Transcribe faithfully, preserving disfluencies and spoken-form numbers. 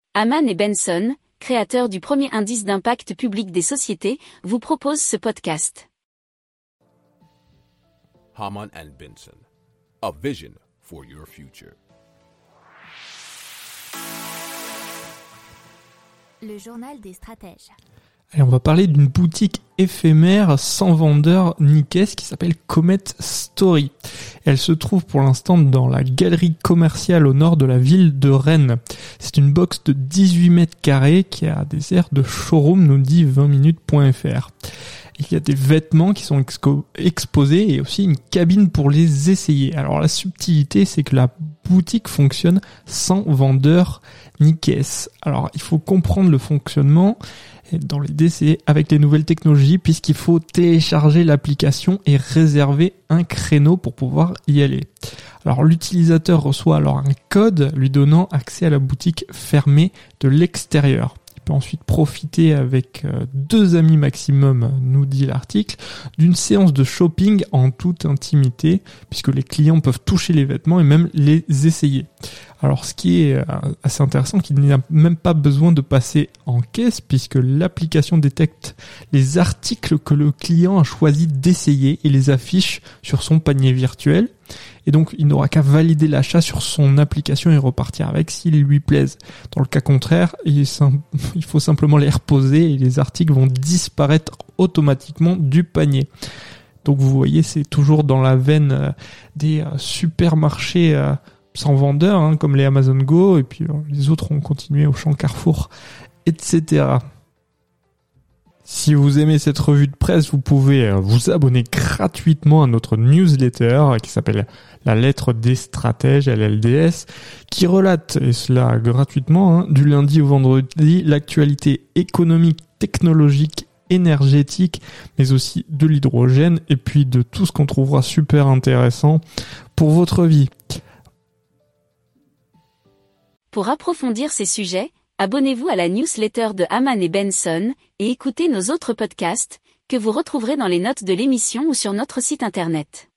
Hamann et Benson, créateurs du premier indice d'impact public des sociétés, vous proposent ce podcast. Hamann and Benson, a vision for your future. Le journal des stratèges. Allez, on va parler d'une boutique éphémère sans vendeur ni caisse qui s'appelle Comet Story. Elle se trouve pour l'instant dans la galerie commerciale au nord de la ville de Rennes. C'est une box de dix-huit mètres carrés qui a des airs de showroom, nous dit vingt minutes point f r. Il y a des vêtements qui sont exco- exposés et aussi une cabine pour les essayer. Alors la subtilité, c'est que la boutique fonctionne sans vendeur ni caisse. Alors il faut comprendre le fonctionnement. Et dans l'idée, c'est avec les nouvelles technologies, puisqu'il faut télécharger l'application et réserver un créneau pour pouvoir y aller. Alors l'utilisateur reçoit alors un code lui donnant accès à la boutique fermée de l'extérieur. Il peut ensuite profiter avec deux amis maximum, nous dit l'article, d'une séance de shopping en toute intimité, puisque les clients peuvent toucher les vêtements et même les essayer. Alors ce qui est assez intéressant, c'est qu'il n'y a même pas besoin de passer en caisse, puisque l'application détecte les articles que le client a choisi d'essayer et les affiche sur son panier virtuel. Et donc, il n'aura qu'à valider l'achat sur son application et repartir avec s'il lui plaise. Dans le cas contraire, il faut simplement les reposer et les articles vont disparaître automatiquement du panier. Donc, vous voyez, c'est toujours dans la veine des supermarchés sans vendeur, hein, comme les Amazon Go, et puis les autres ont continué au Champ Carrefour, et cetera. Si vous aimez cette revue de presse, vous pouvez vous abonner gratuitement à notre newsletter qui s'appelle La Lettre des Stratèges, L L D S, qui relate, et cela gratuitement, hein, du lundi au vendredi, l'actualité économique, technologique, énergétique, mais aussi de l'hydrogène, et puis de tout ce qu'on trouvera super intéressant pour votre vie. Pour approfondir ces sujets, abonnez-vous à la newsletter de Hamann et Benson et écoutez nos autres podcasts que vous retrouverez dans les notes de l'émission ou sur notre site internet.